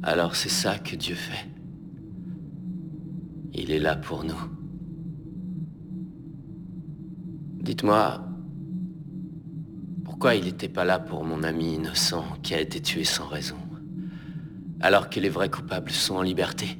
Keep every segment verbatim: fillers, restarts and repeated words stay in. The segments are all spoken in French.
Alors c'est ça que Dieu fait. Il est là pour nous. Dites-moi, pourquoi il n'était pas là pour mon ami innocent qui a été tué sans raison, alors que les vrais coupables sont en liberté?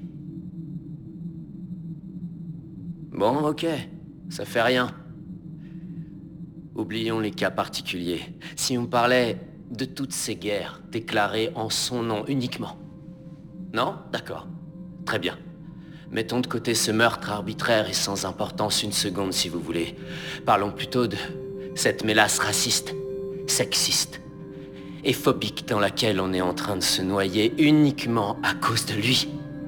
Bon, ok, ça fait rien. Oublions les cas particuliers. Si on parlait de toutes ces guerres déclarées en son nom uniquement. Non? D'accord. Très bien. Mettons de côté ce meurtre arbitraire et sans importance une seconde si vous voulez. Parlons plutôt de cette mélasse raciste, sexiste et phobique dans laquelle on est en train de se noyer uniquement à cause de lui.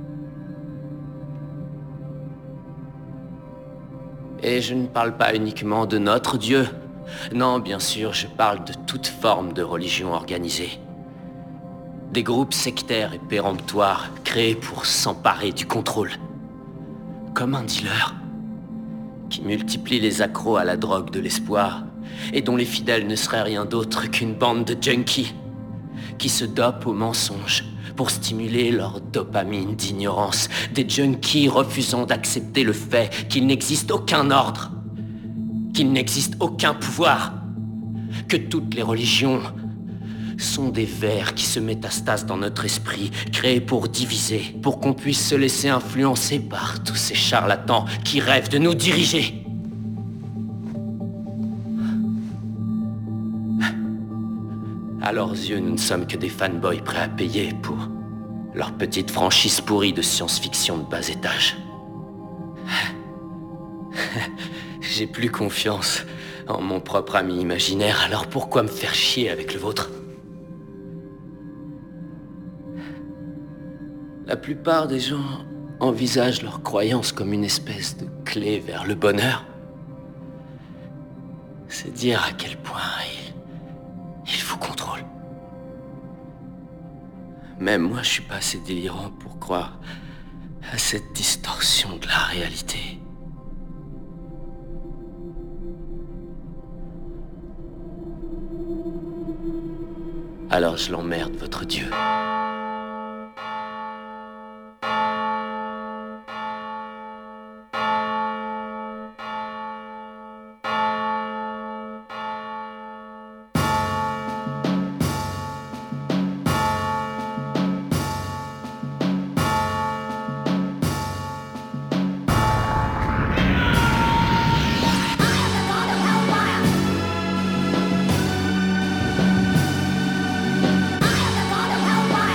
Et je ne parle pas uniquement de notre Dieu. Non, bien sûr, je parle de toute forme de religion organisée. Des groupes sectaires et péremptoires créés pour s'emparer du contrôle. Comme un dealer qui multiplie les accros à la drogue de l'espoir et dont les fidèles ne seraient rien d'autre qu'une bande de junkies qui se dopent au mensonge pour stimuler leur dopamine d'ignorance. Des junkies refusant d'accepter le fait qu'il n'existe aucun ordre, qu'il n'existe aucun pouvoir, que toutes les religions sont des vers qui se métastasent dans notre esprit, créés pour diviser, pour qu'on puisse se laisser influencer par tous ces charlatans qui rêvent de nous diriger. À leurs yeux, nous ne sommes que des fanboys prêts à payer pour leur petite franchise pourrie de science-fiction de bas étage. J'ai plus confiance en mon propre ami imaginaire, alors pourquoi me faire chier avec le vôtre? La plupart des gens envisagent leur croyance comme une espèce de clé vers le bonheur. C'est dire à quel point il, il vous contrôle. Même moi, je suis pas assez délirant pour croire à cette distorsion de la réalité. Alors je l'emmerde, votre Dieu. I am the god of hellfire.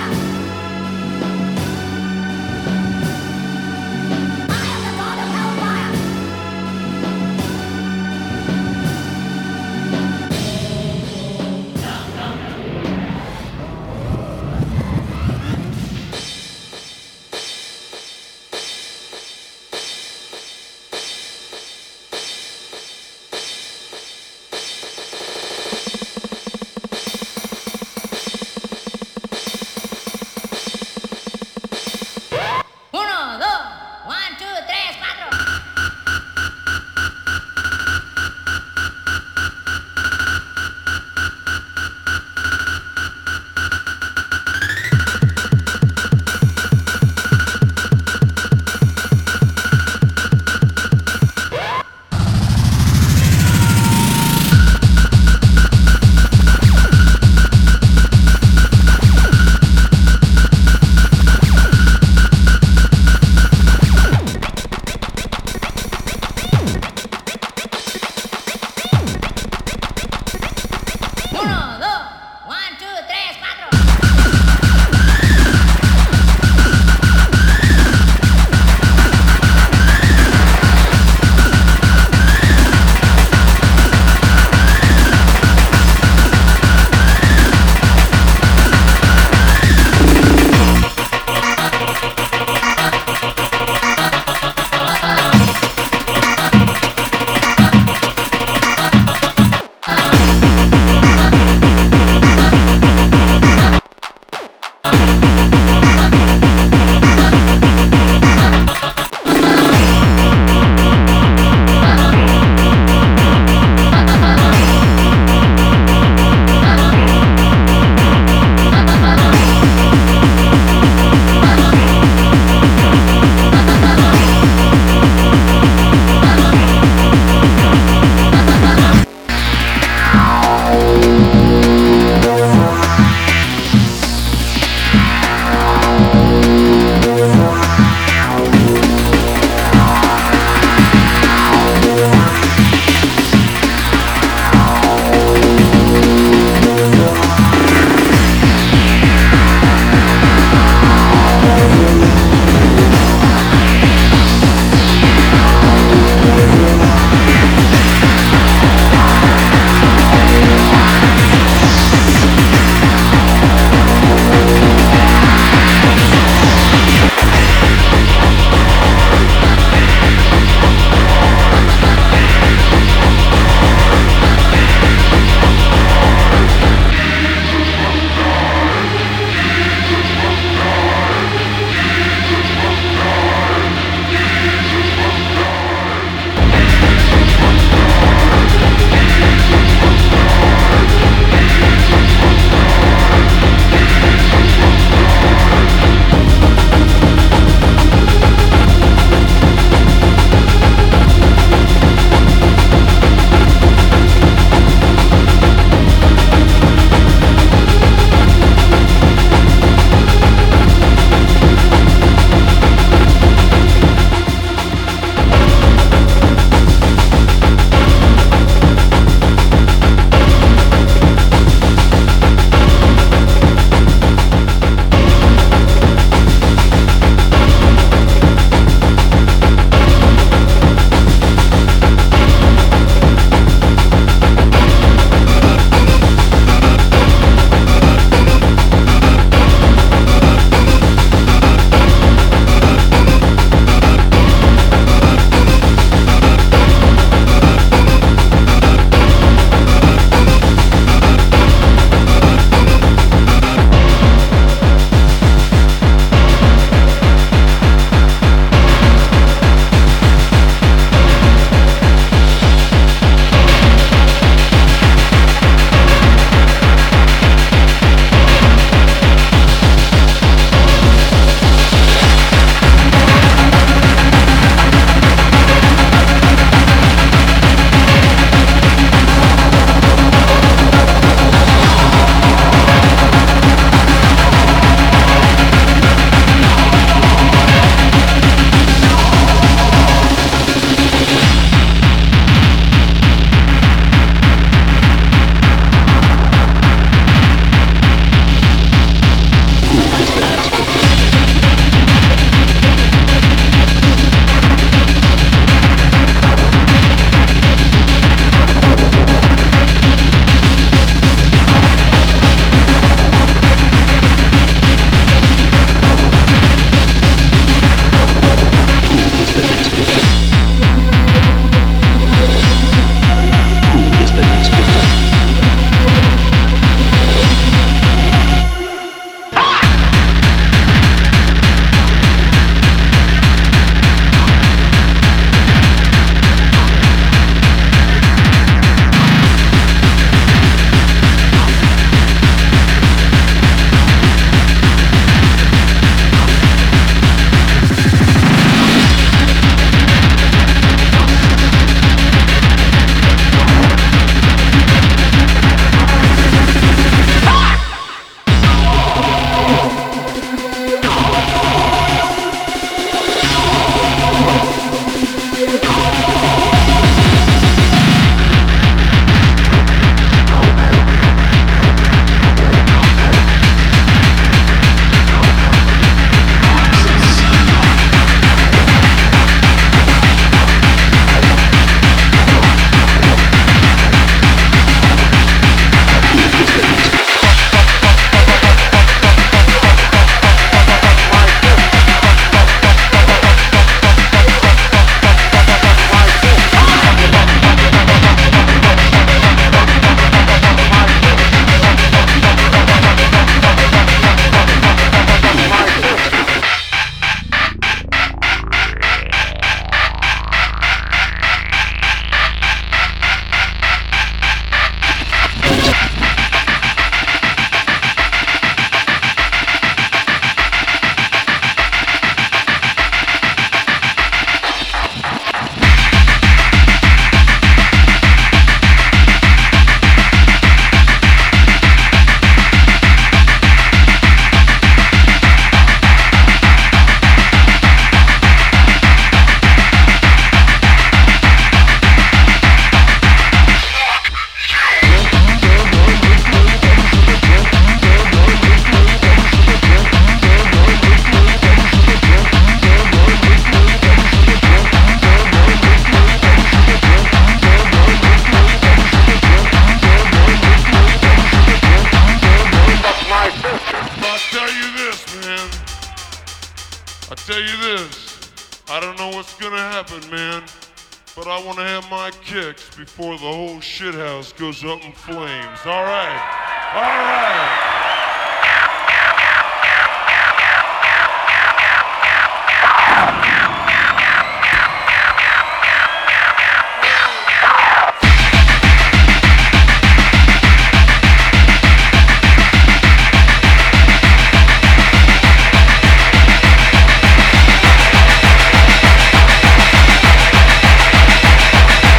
you this, man. I tell you this. I don't know what's gonna happen, man. But I want to have my kicks before the whole shithouse goes up in flames. All right. All right.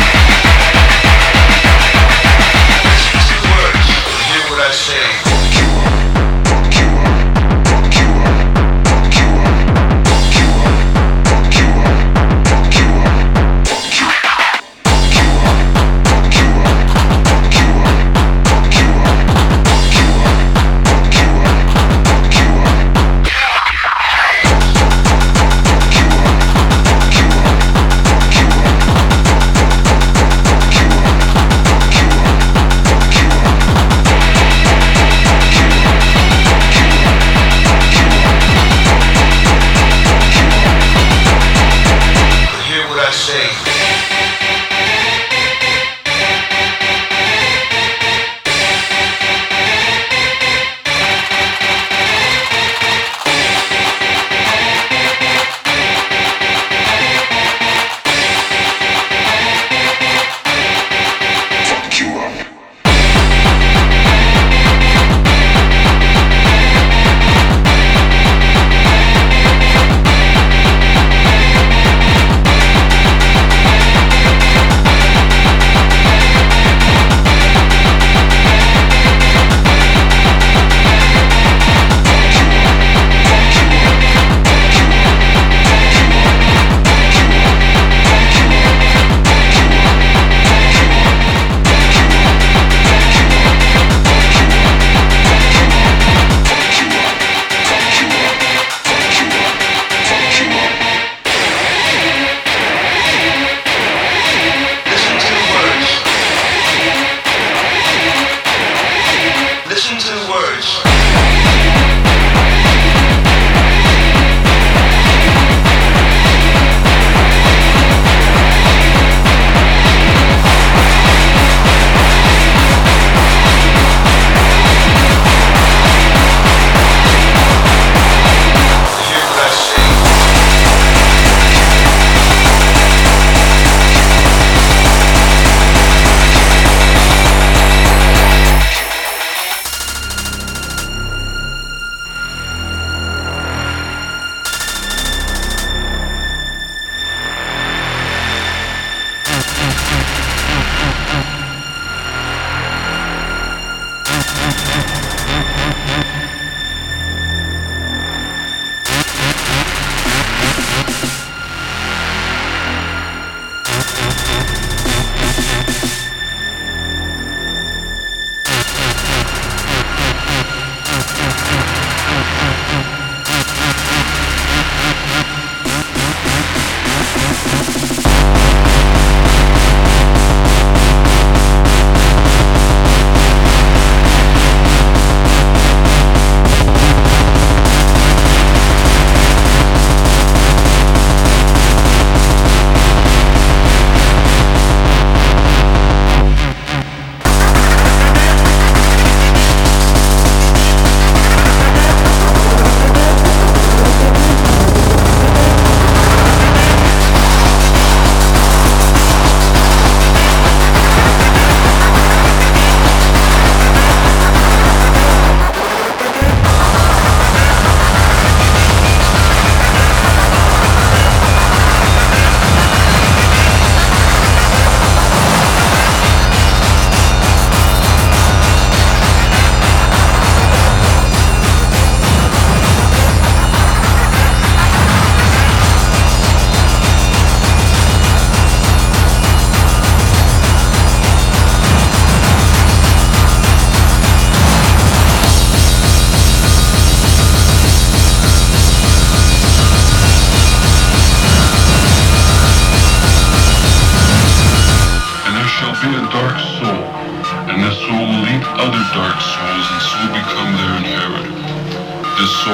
Hear what I say. Fuck you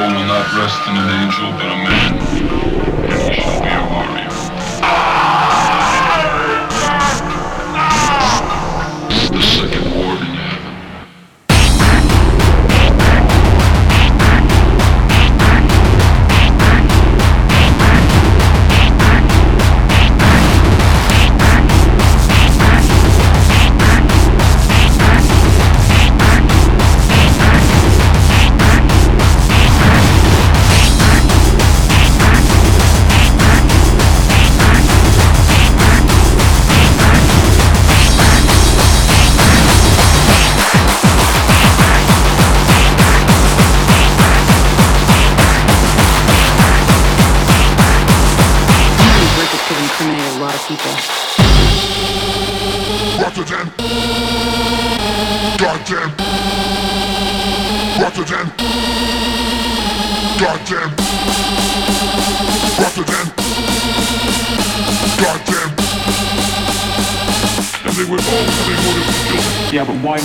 soul will not rest in an angel but a man, and he shall be a warrior. The second ward in heaven. Rotterdam. Goddamn. Rotterdam. Goddamn. Rotterdam. Goddamn. And they were all having motive to kill him. Yeah, but why?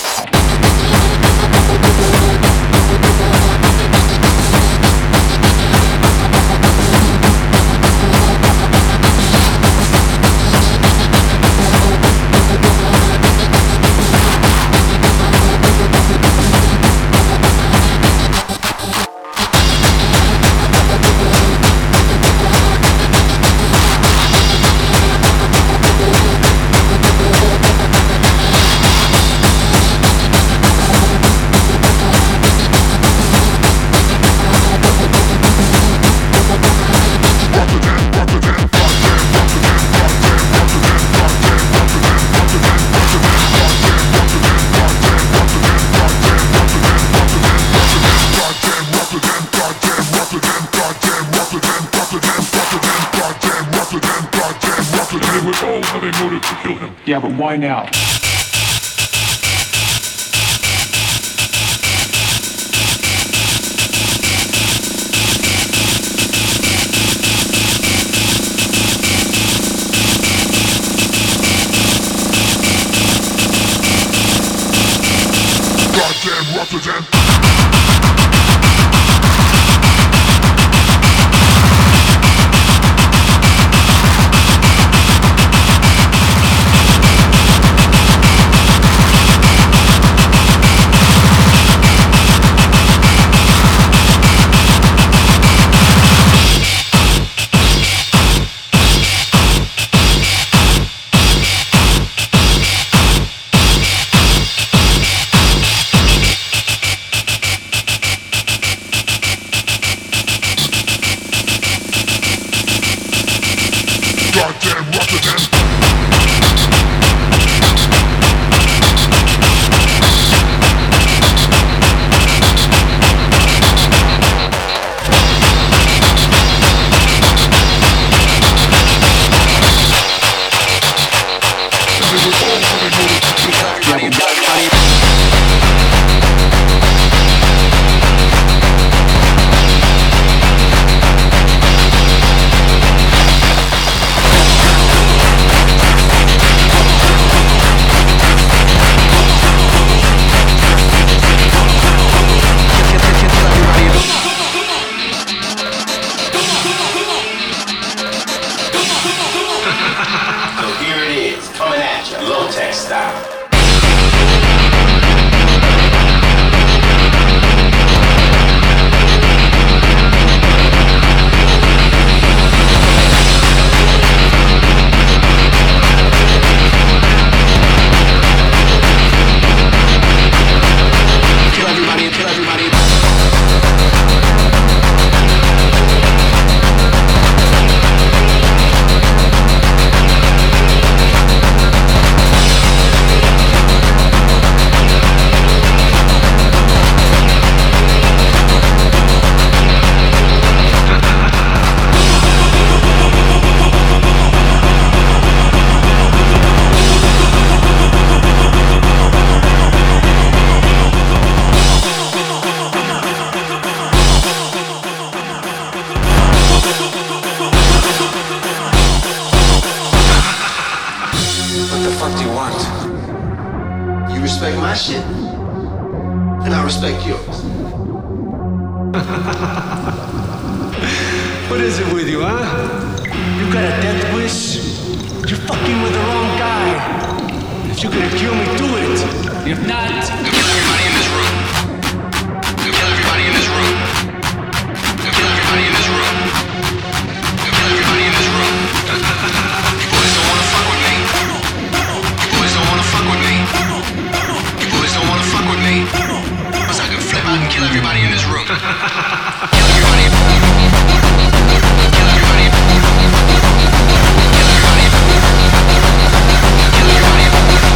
Yeah, but why now? Goddamn Rotterdam. Goddamn Rotterdam. respect my shit, and I respect yours. huh? You got a death wish? You're fucking with the wrong guy. If you're gonna kill me, do it. If not, Kill everybody in this room. Kill everybody in this room. Kill everybody in this room. Kill everybody in this room. You boys don't wanna fuck with me. You boys don't wanna fuck with me. You boys don't wanna fuck with me. Cause I can flip out and kill everybody in this room. Kill everybody. Kill everybody. Kill everybody. Kill everybody.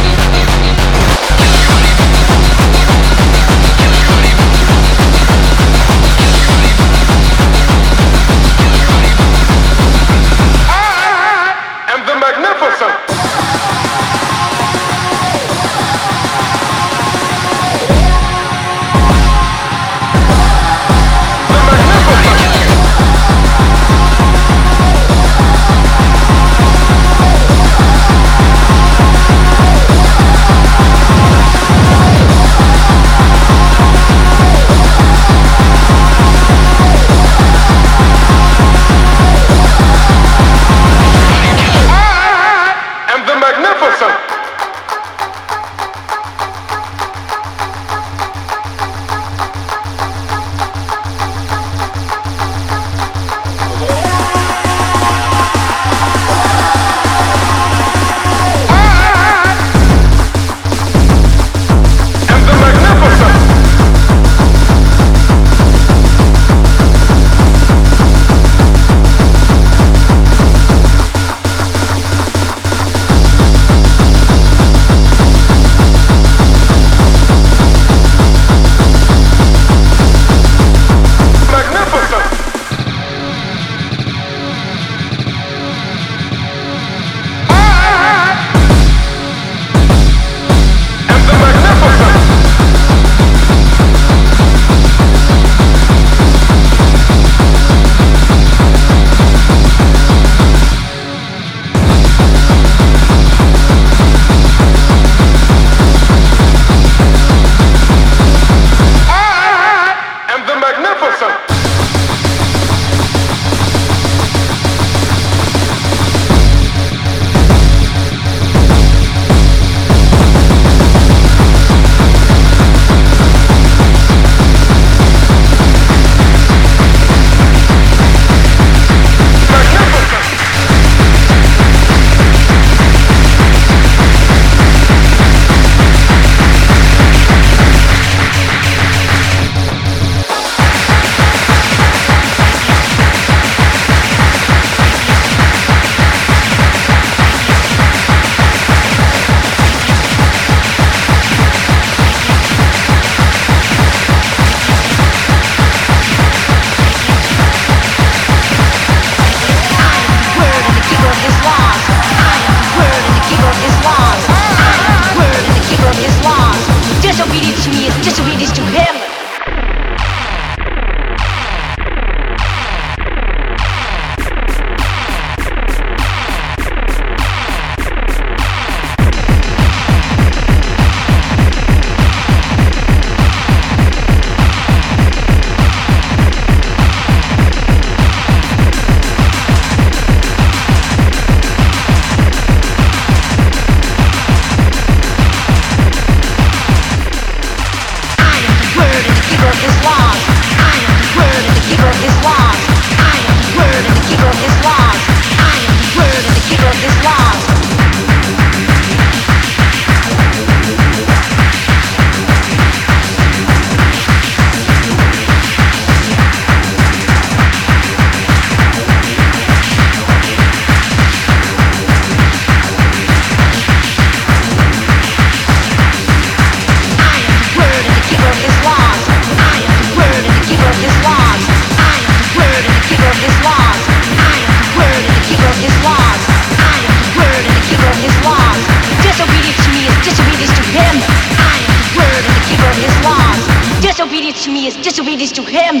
Disobedience to me is disobedience to him.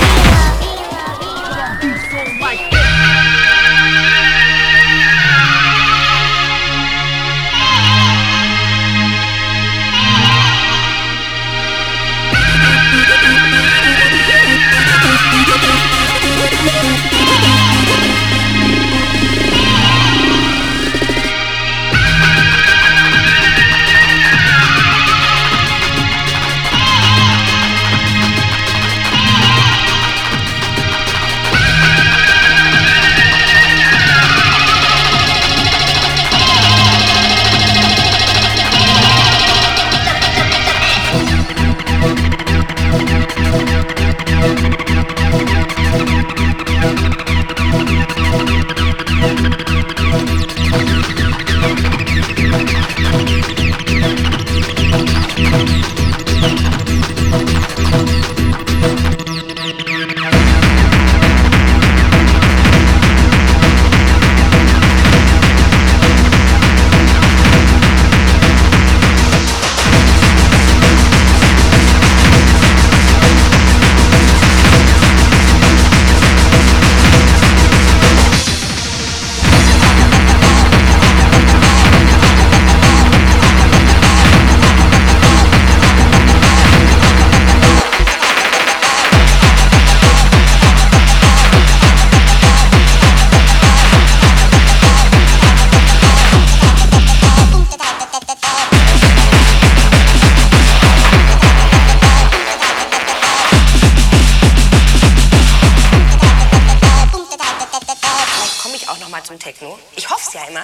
Techno. Ich hoffe es ja immer.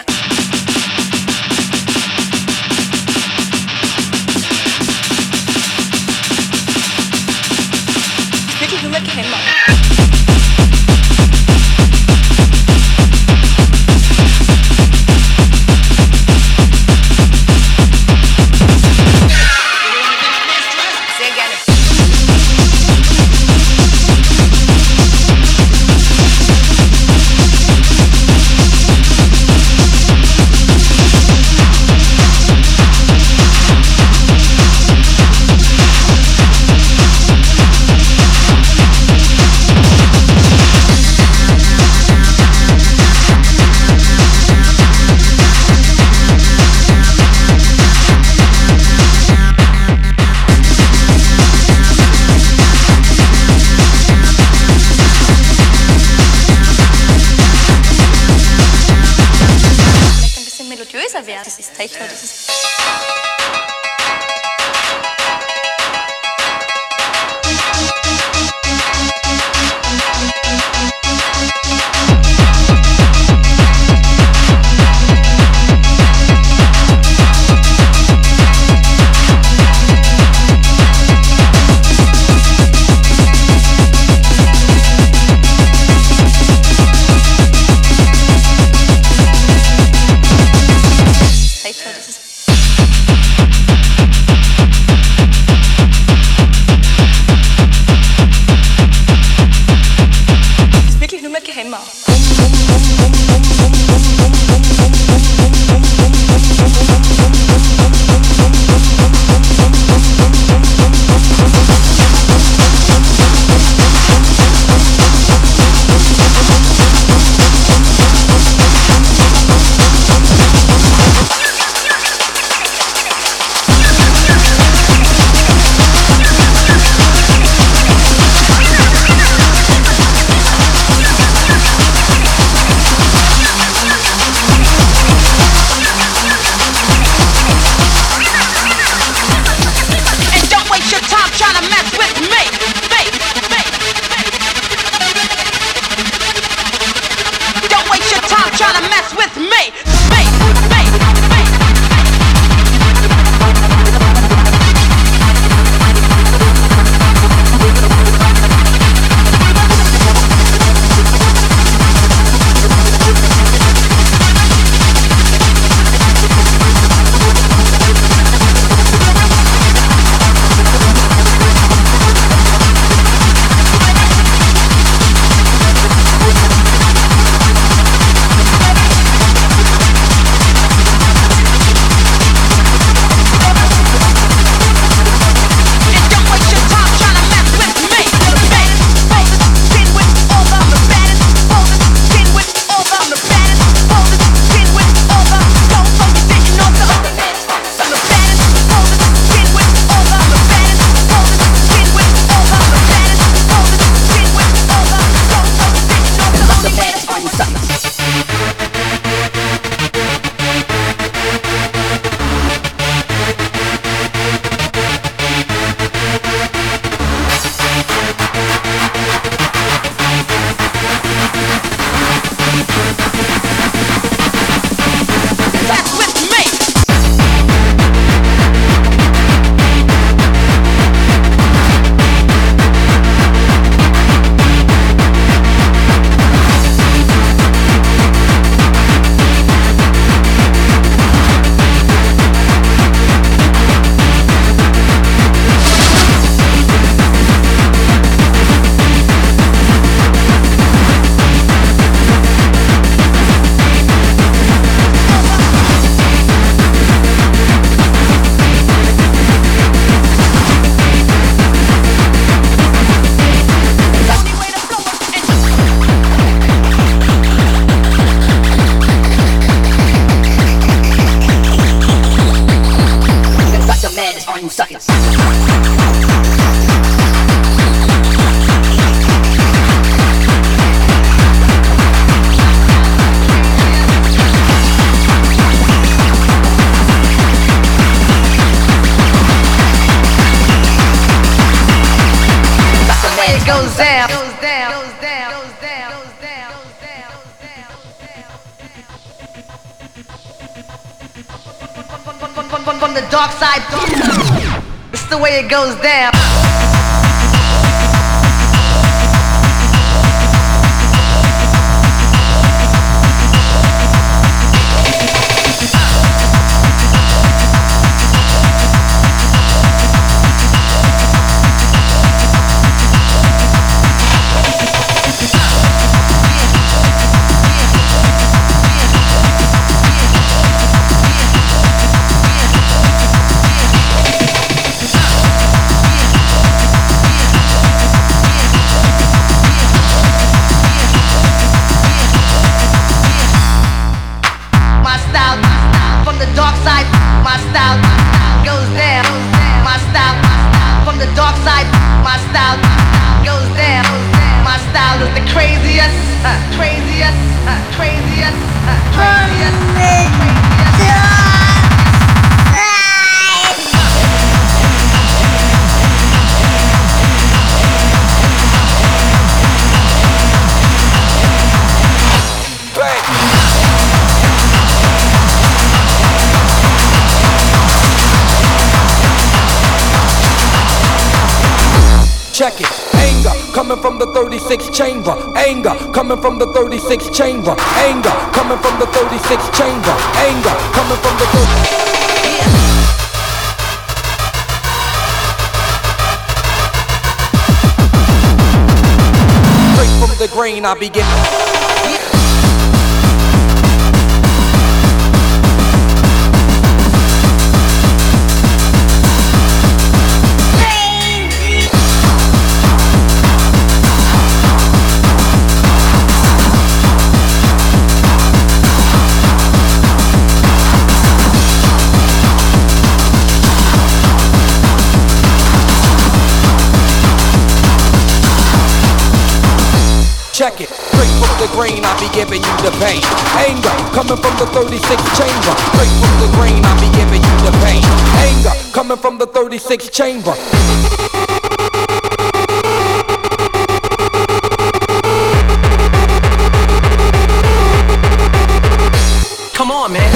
Wirklich nur mit Hämmer. Sehr gerne. Melodiöser werden. Das ist Techno, das ist... Techno, das ist... suckers. It goes down, goes down, goes down, goes down, goes down, goes down, goes down. From the dark side, it's the way it goes down. Check it, anger coming from the thirty-six chamber. Anger coming from the thirty-six chamber. Anger coming from the thirty-six chamber. Anger coming from the thirty-six. Straight from the grain I begin. Check it, straight from the grain I be giving you the pain. Anger coming from the thirty-six chamber. Straight from the grain I be giving you the pain. Anger coming from the thirty-six chamber. Come on, man.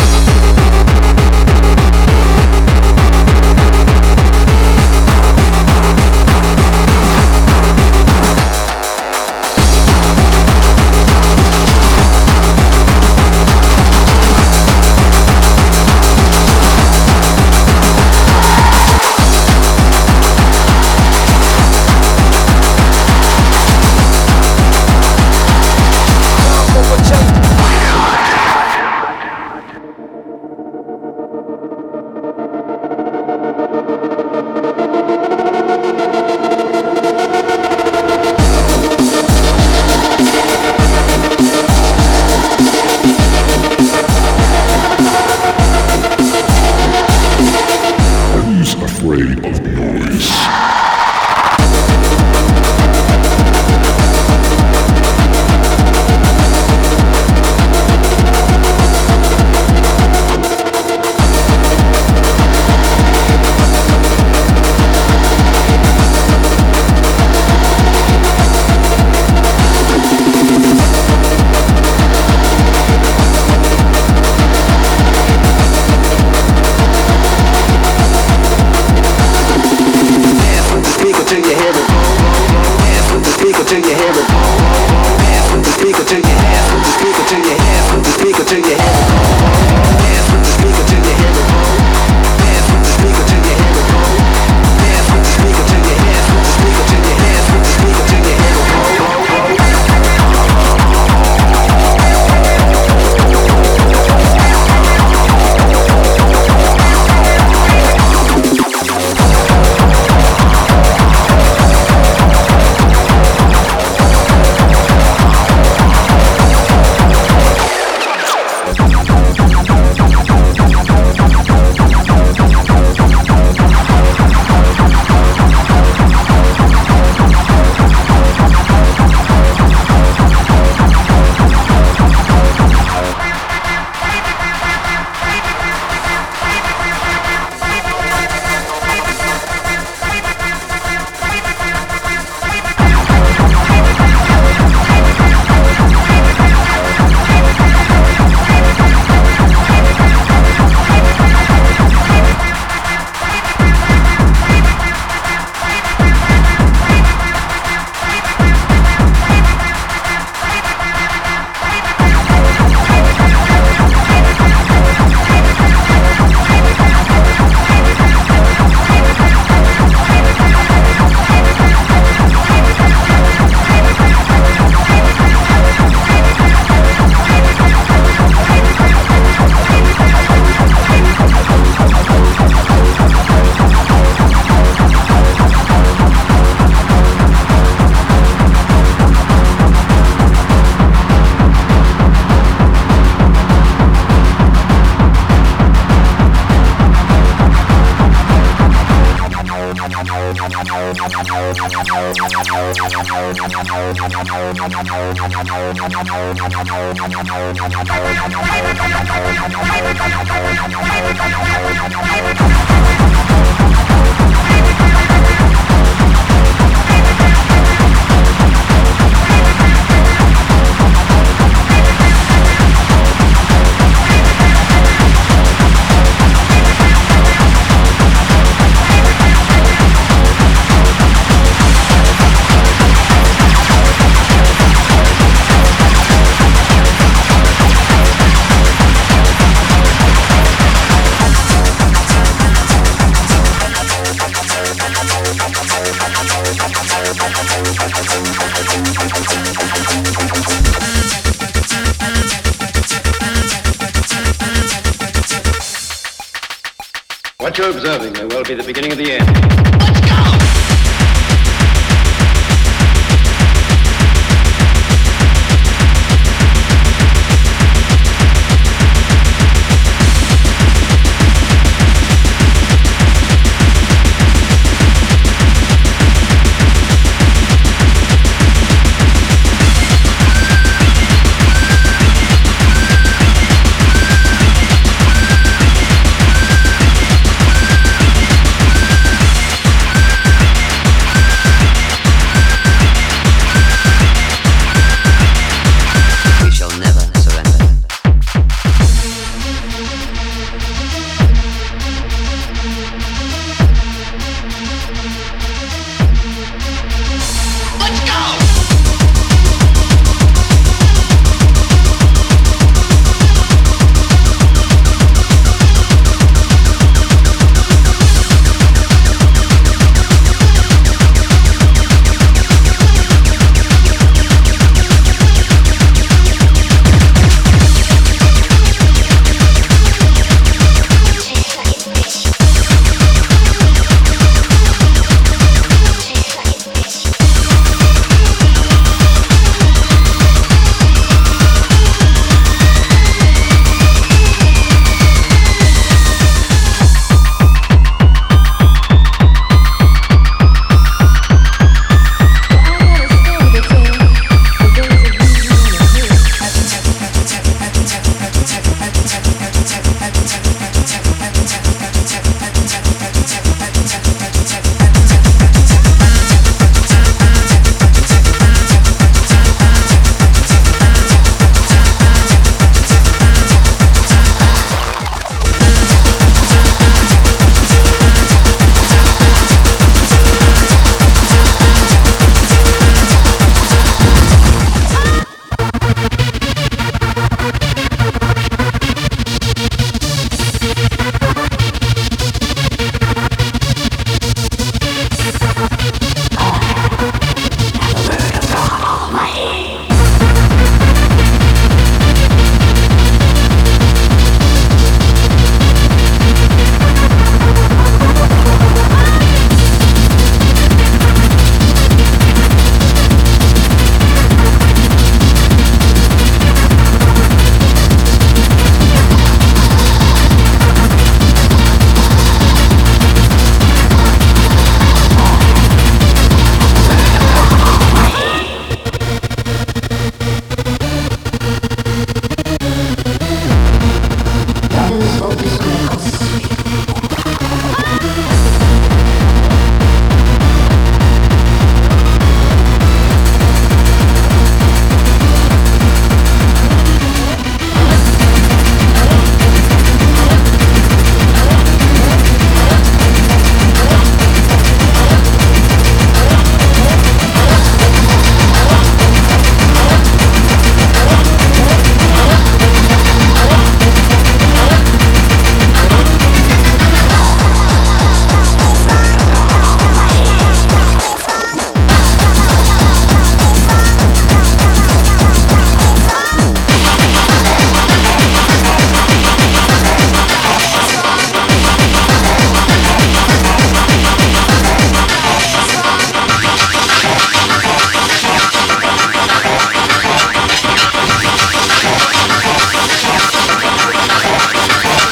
What you're observing may well be the beginning of the end. Let's go!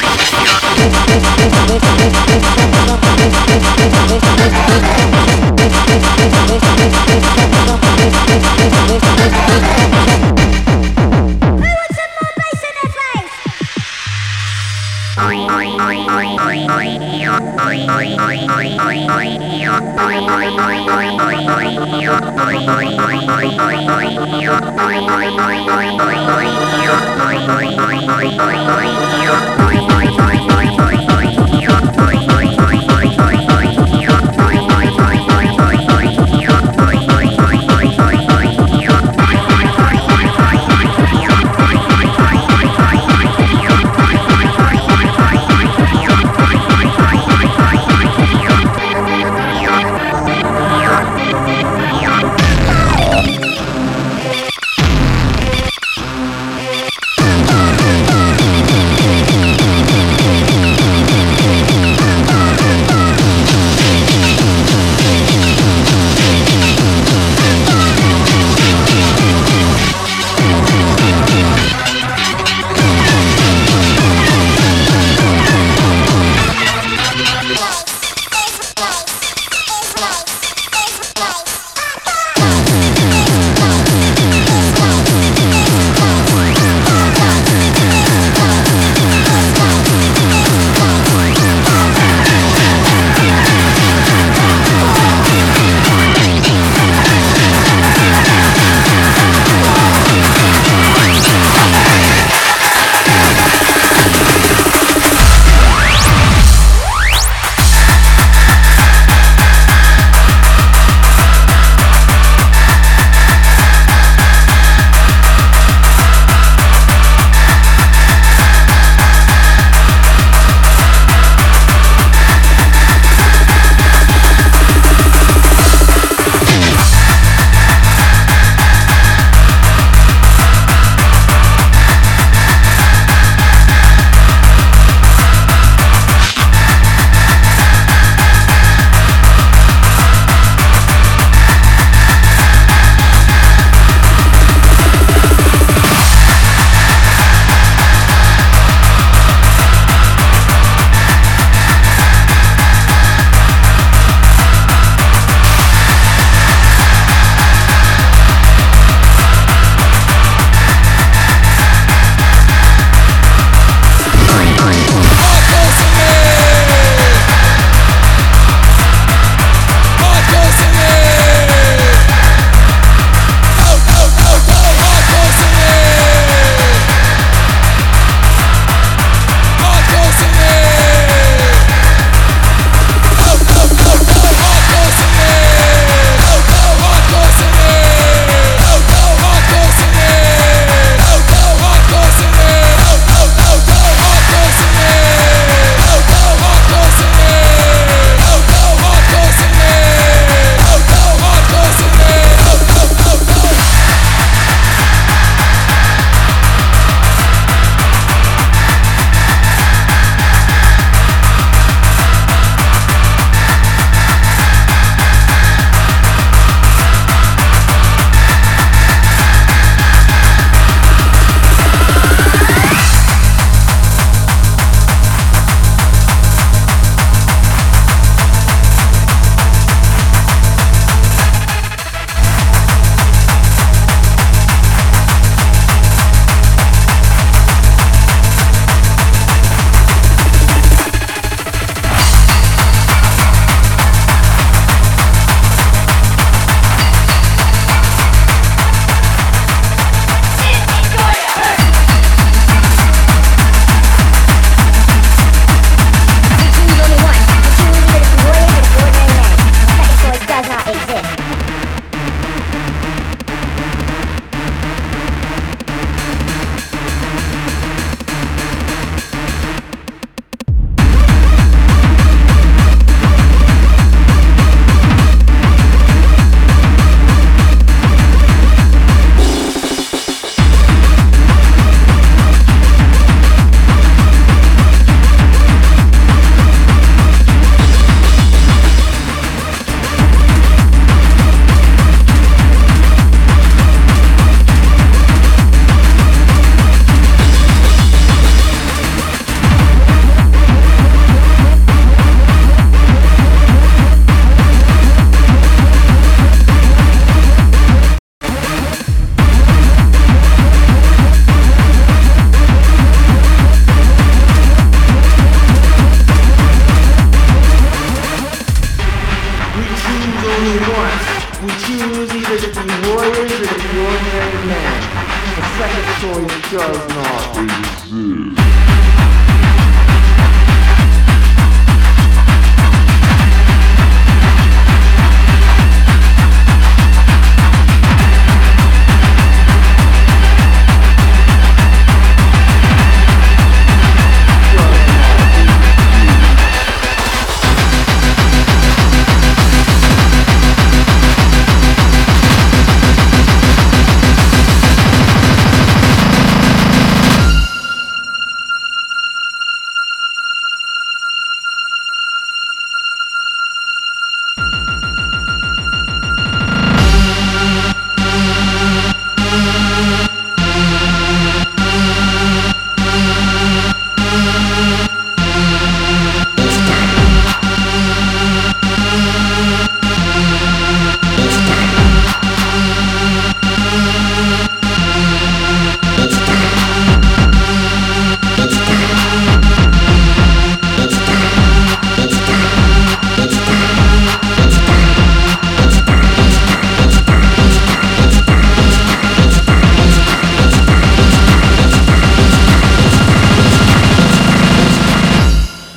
This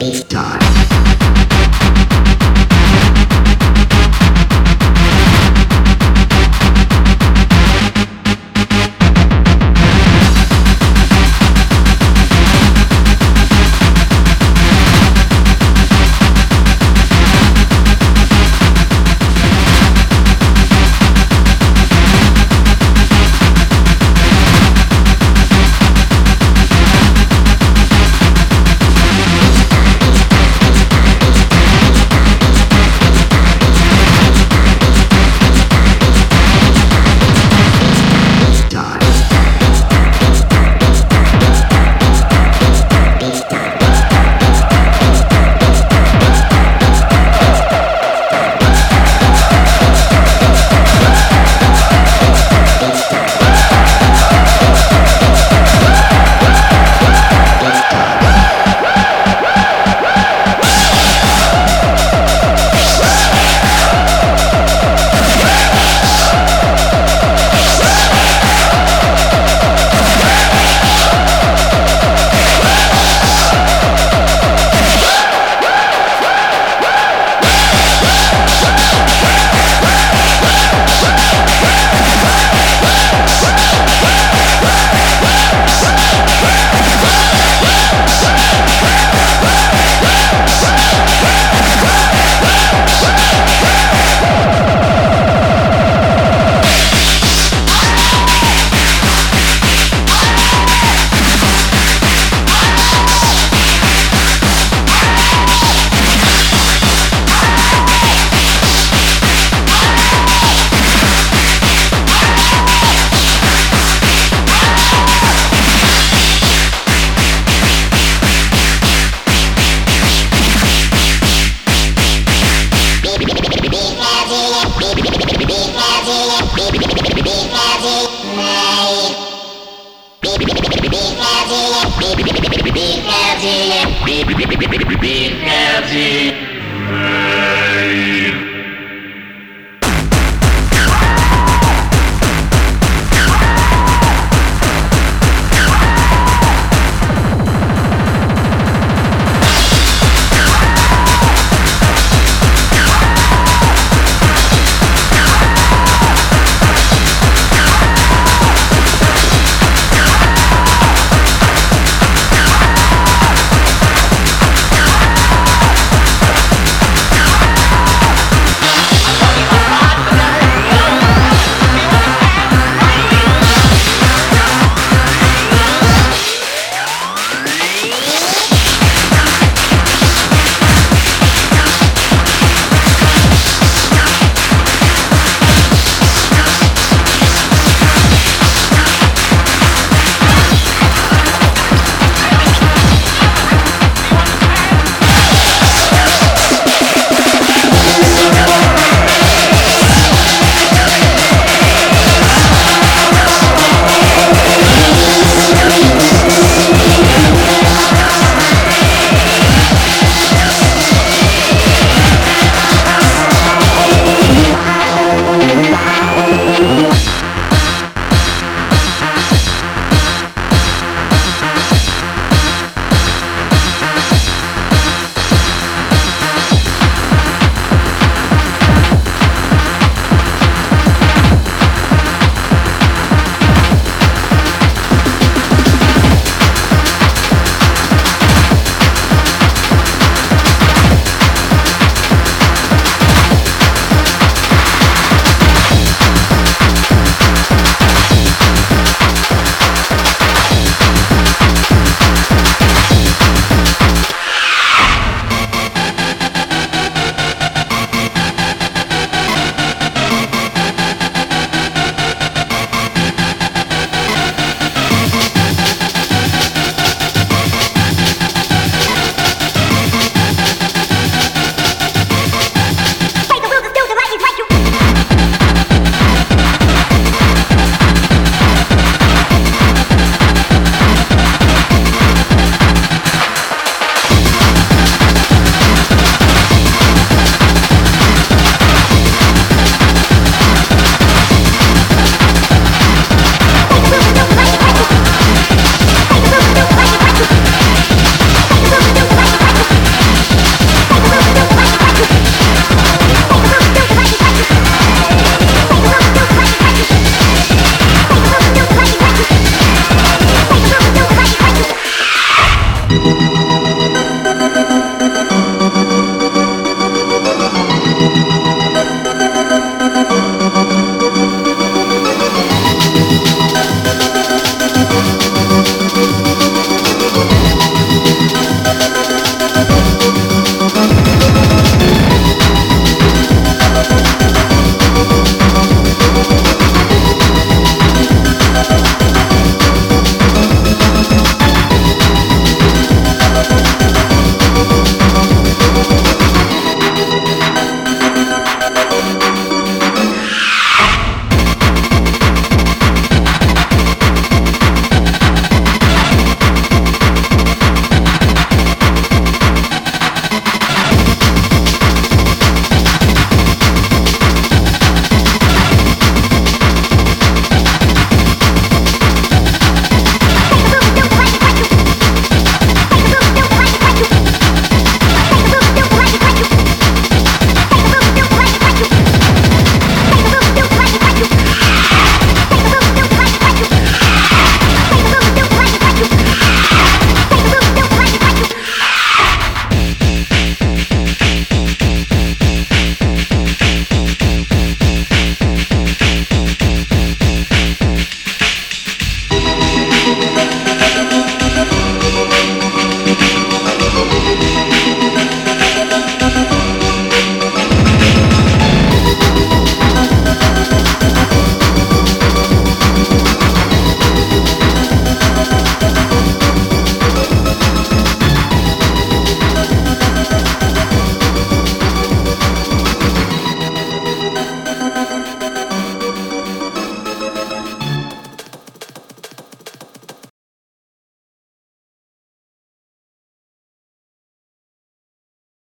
Big Nazi.